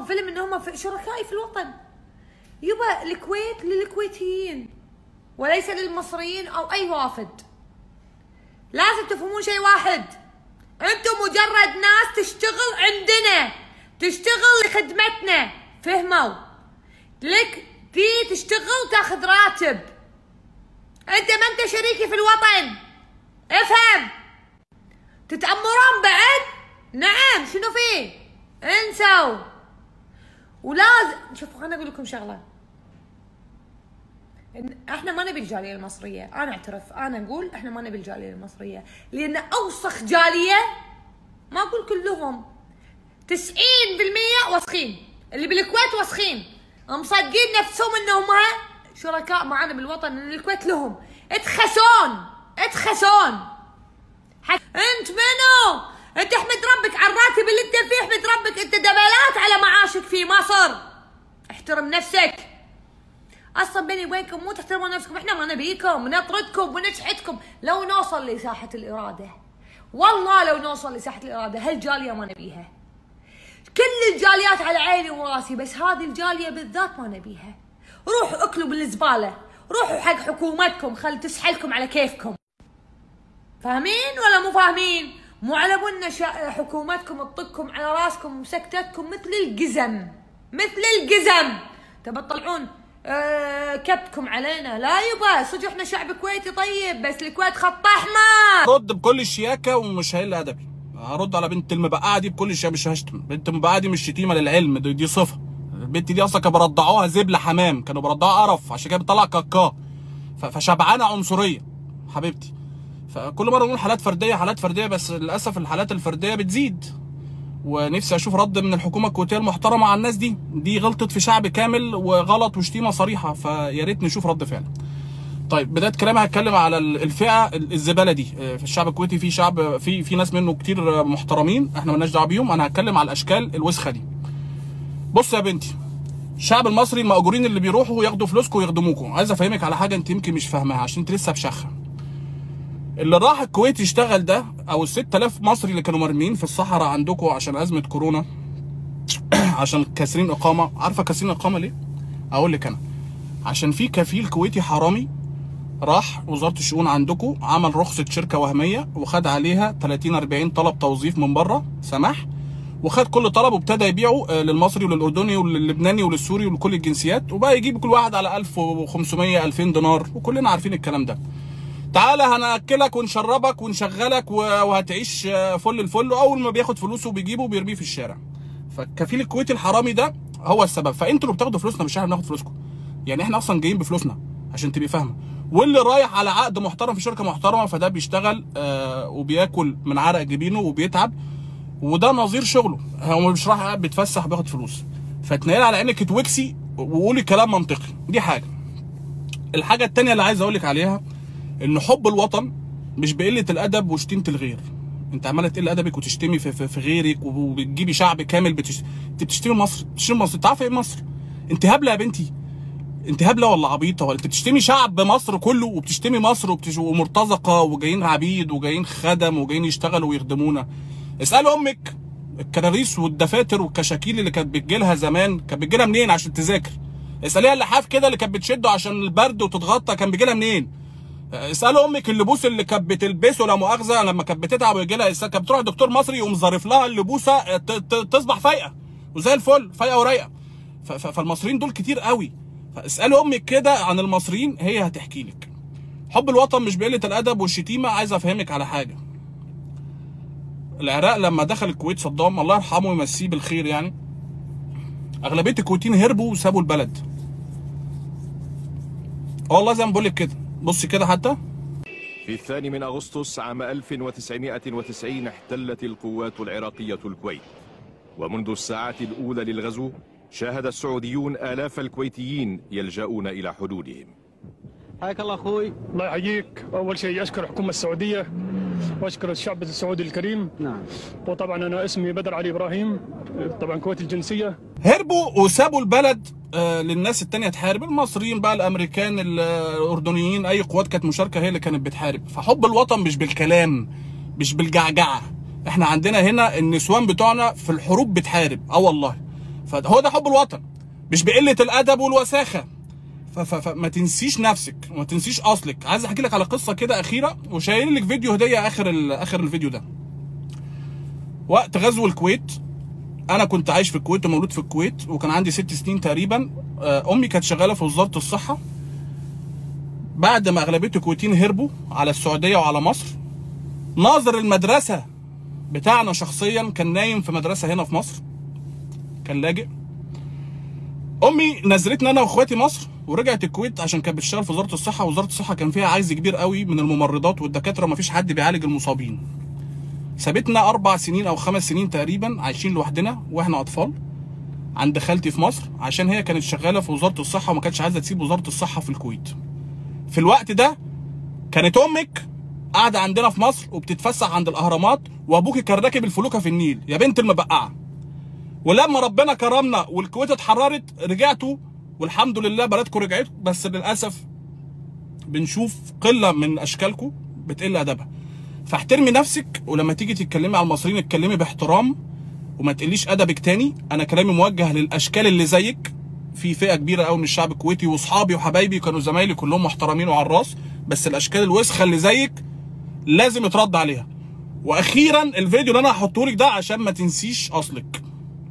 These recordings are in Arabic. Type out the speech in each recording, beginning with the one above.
فيلم ان هم شركائي في الوطن. يبا الكويت للكويتيين وليس للمصريين او اي وافد. لازم تفهمون شيء واحد، انتم مجرد ناس تشتغل عندنا، تشتغل لخدمتنا، فهموا؟ لك تي تشتغل تاخذ راتب، انت ما انت شريكي في الوطن، افهم. تتأمرون بعد؟ نعم، شنو فيه؟ انسوا. ولازم شوفوا، خليني اقول لكم شغله، احنا ما نبي الجاليه المصريه، انا اعترف، انا اقول احنا ما نبي الجاليه المصريه، لان اوسخ جاليه، ما اقول كلهم، 90% وسخين، اللي بالكويت وسخين، مصدقين نفسهم انهم شركاء معنا بالوطن، ان الكويت لهم. اتخسون. انت منو؟ انت احمد ربك على الراتب اللي انت فيه، احمد ربك، انت دبلات على معاشك في مصر. احترم نفسك. اصلا بيني وبينكم مو تحترمون نفسكم، احنا ما نبيكم، نطردكم ونشحتكم لو نوصل لساحة الإرادة. والله لو نوصل لساحة الإرادة هالجالية ما نبيها. كل الجاليات على عيني وراسي، بس هذه الجالية بالذات ما نبيها. روحوا اكلوا بالزبالة، روحوا حق حكومتكم، خل تسحلكم على كيفكم. فاهمين ولا مو فاهمين؟ مو على بنا حكومتكم تطقكم على راسكم ومسكتتكم مثل القزم. تبى تطلعون كبتكم علينا؟ لا يبا، صدق احنا شعب كويتي طيب، بس الكويت خط احمر. رد بكل الشياكه ومش هيل ادبي. هرد على بنت المبقعه دي بكل الشياكه، مش هشتم. بنت المبقعه دي مش شتيمه للعلم، دي صفه. البنت دي اصلا كانوا بيرضعوها زبله حمام، كانوا بيرضعوها قرف، عشان كده بتطلع كاكاه، فشبعانه عنصريه حبيبتي. فكل مره نقول حالات فرديه، بس للاسف الحالات الفرديه بتزيد. ونفسي اشوف رد من الحكومه الكويتيه المحترمه على الناس دي غلطت في شعب كامل وغلط وشتيمه صريحه، فيا ريت نشوف رد فعل. طيب بدايه كلامي هتكلم على الفئه الزباله دي في الشعب الكويتي. في شعب في ناس منه كتير محترمين، احنا مالناش دعوه بيهم. انا هتكلم على الاشكال الوسخه دي. بص يا بنتي، الشعب المصري المأجورين اللي بيروحوا ياخدوا فلوسكم ويخدموكم، عايز افهمك على حاجه انت يمكن مش فاهماها عشان انت لسه بشخه. اللي راح الكويت يشتغل ده، او ال 6000 مصري اللي كانوا مرميين في الصحراء عندكم عشان ازمه كورونا عشان كاسرين اقامه. عارفه كاسرين اقامه ليه؟ اقول لك انا، عشان في كفيل كويتي حرامي راح وزاره الشؤون عندكم، عمل رخصه شركه وهميه وخد عليها 30-40 طلب توظيف من بره سماح، وخد كل طلب وابتدى يبيعه للمصري وللاردني وللبناني وللسوري ولكل الجنسيات، وبقى يجيب كل واحد على 1500 2000 دينار، وكلنا عارفين الكلام ده. تعالى هناكلك ونشربك ونشغلك وهتعيش فل الفل، واول ما بياخد فلوسه بيجيبه وبيرميه في الشارع. فالكفيل الكويتي الحرامي ده هو السبب. فانتوا اللي بتاخدوا فلوسنا، مش احنا بناخد فلوسكم. يعني احنا اصلا جايين بفلوسنا عشان تبقي فاهمه. واللي رايح على عقد محترم في شركه محترمه، فده بيشتغل وبياكل من عرق جبينه وبيتعب، وده نظير شغله. هو مش رايح قاعد بيتفسح بياخد فلوس. فتنقل على انك توكسي وقولي كلام منطقي، دي حاجه. الحاجه الثانيه اللي عايز اقول لك عليها، ان حب الوطن مش بقله الادب وشتيمه الغير. انت عماله تقل ادبك وتشتمي في غيرك، وبتجيبي شعب كامل انت بتشتمي مصر. انت عارفه ايه مصر؟ انت هبله يا بنتي، انت هبله ولا عبيطه؟ ولا انت بتشتمي شعب مصر كله، وبتشتمي مصر ومرتزقه وجايين عبيد وجايين خدم وجايين يشتغلوا ويخدمونا. اسال امك، الكراريس والدفاتر والكشاكيل اللي كانت بتجيلها زمان كانت بتجيلها منين عشان تذاكر؟ اساليها اللحاف كده اللي كانت بتشده عشان البرد وتتغطى كان بيجيلها منين؟ اسالوا امك اللبوس اللي كانت بتلبسه لا مؤاخذه لما كانت بتتعب ويجي لها، كانت بتروح دكتور مصري يقوم ظارف لها اللبوسه تصبح فايقه وزي الفل، فايقه ورايقه. فالمصريين دول كتير قوي. فاسالوا امك كده عن المصريين، هي هتحكي لك. حب الوطن مش بقله الادب والشتيمه. عايز افهمك على حاجه، العراق لما دخل الكويت صدام الله يرحمه ويمسيه بالخير، يعني اغلبيه الكويتيين هربوا وسابوا البلد. والله زي ما بقول لك كده، بصي كده حتى. في 2 أغسطس عام 1990 احتلت القوات العراقية الكويت، ومنذ الساعات الأولى للغزو شاهد السعوديون آلاف الكويتيين يلجؤون إلى حدودهم. حياك الله أخوي. الله يحييك. أول شيء أشكر الحكومة السعودية وأشكر الشعب السعودي الكريم. نعم. وطبعا أنا اسمي بدر علي إبراهيم، طبعا كويتي الجنسية. هربوا وسابوا البلد للناس التانية تحارب، المصريين بقى، الأمريكان، الأردنيين، أي قوات كانت مشاركة هي اللي كانت بتحارب. فحب الوطن مش بالكلام، مش بالجعجعة. احنا عندنا هنا النسوان بتوعنا في الحروب بتحارب، والله. فهو ده حب الوطن، مش بقله الادب والوساخه. فما تنسيش نفسك وما تنسيش اصلك. عايز احكي لك على قصه كده اخيره، وشايل لك فيديو هديه اخر الفيديو ده. وقت غزو الكويت، انا كنت عايش في الكويت ومولود في الكويت، وكان عندي 6 سنين تقريبا. امي كانت شغاله في وزاره الصحه. بعد ما اغلبيه الكويتيين هربوا على السعوديه وعلى مصر، ناظر المدرسه بتاعنا شخصيا كان نايم في مدرسه هنا في مصر، كان لاجئ. امي نزلتنا انا واخواتي مصر ورجعت الكويت عشان كانت بتشتغل في وزاره الصحه. وزاره الصحه كان فيها عجز كبير قوي من الممرضات والدكاتره، ومفيش حد بيعالج المصابين. سابتنا 4 سنين او 5 سنين تقريبا عايشين لوحدنا واحنا اطفال عند خالتي في مصر، عشان هي كانت شغاله في وزاره الصحه وما كانتش عايزه تسيب وزاره الصحه في الكويت. في الوقت ده كانت امك قاعده عندنا في مصر وبتتفسح عند الاهرامات، وابوكي كان راكب الفلوكه في النيل يا بنت المبقعه. ولما ربنا كرمنا والكويت اتحررت رجعتوا، والحمد لله بلدكم رجعت، بس للاسف بنشوف قله من اشكالكم بتقل ادبها. فاحترمي نفسك، ولما تيجي تتكلمي على المصريين اتكلمي باحترام وما تقليش ادبك تاني. انا كلامي موجه للاشكال اللي زيك، في فئه كبيره قوي من الشعب الكويتي، واصحابي وحبايبي كانوا زمايلي كلهم محترمين وعلى الراس، بس الاشكال الوسخه اللي زيك لازم يترد عليها. واخيرا الفيديو اللي انا هحطه لك ده عشان ما تنسيش اصلك،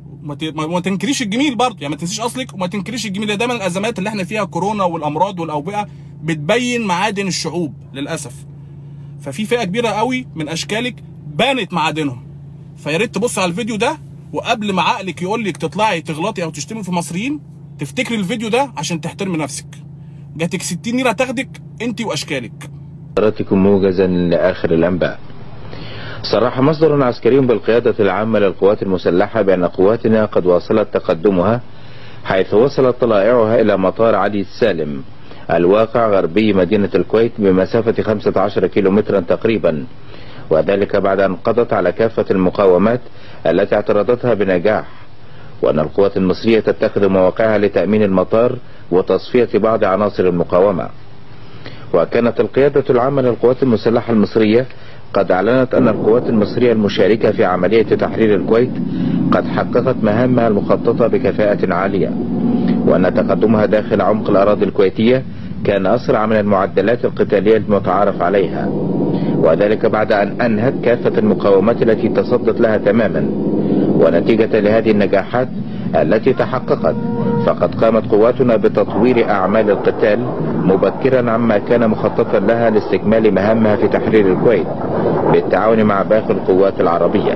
ما تنكريش الجميل برضه، يعني ما تنسيش اصلك وما تنكريش الجميل. دايما الازمات اللي احنا فيها كورونا والامراض والاوبئه بتبين معادن الشعوب للاسف. ففي فئه كبيره قوي من اشكالك بانت معادنهم. فيا ريت تبص على الفيديو ده، وقبل ما عقلك يقول لك تطلعي تغلطي او تشتمي في مصريين تفتكري الفيديو ده عشان تحترمي نفسك. جاتك 60 ليره تاخدك انت واشكالك. حضراتكم موجزا لاخر الانباء. صرح مصدر عسكري بالقيادة العامة للقوات المسلحة بأن قواتنا قد واصلت تقدمها، حيث وصلت طلائعها إلى مطار علي السالم الواقع غربي مدينة الكويت بمسافة 15 كيلومترا تقريبا، وذلك بعد أن قضت على كافة المقاومات التي اعترضتها بنجاح. وأن القوات المصرية تتخذ مواقعها لتأمين المطار وتصفية بعض عناصر المقاومة. وكانت القيادة العامة للقوات المسلحة المصرية قد أعلنت أن القوات المصرية المشاركة في عملية تحرير الكويت قد حققت مهامها المخططة بكفاءة عالية، وأن تقدمها داخل عمق الأراضي الكويتية كان أسرع من المعدلات القتالية المتعارف عليها، وذلك بعد أن أنهت كافة المقاومات التي تصدت لها تماما. ونتيجة لهذه النجاحات التي تحققت، فقد قامت قواتنا بتطوير أعمال القتال مبكرا عما كان مخططا لها لاستكمال مهامها في تحرير الكويت بالتعاون مع باقي القوات العربية.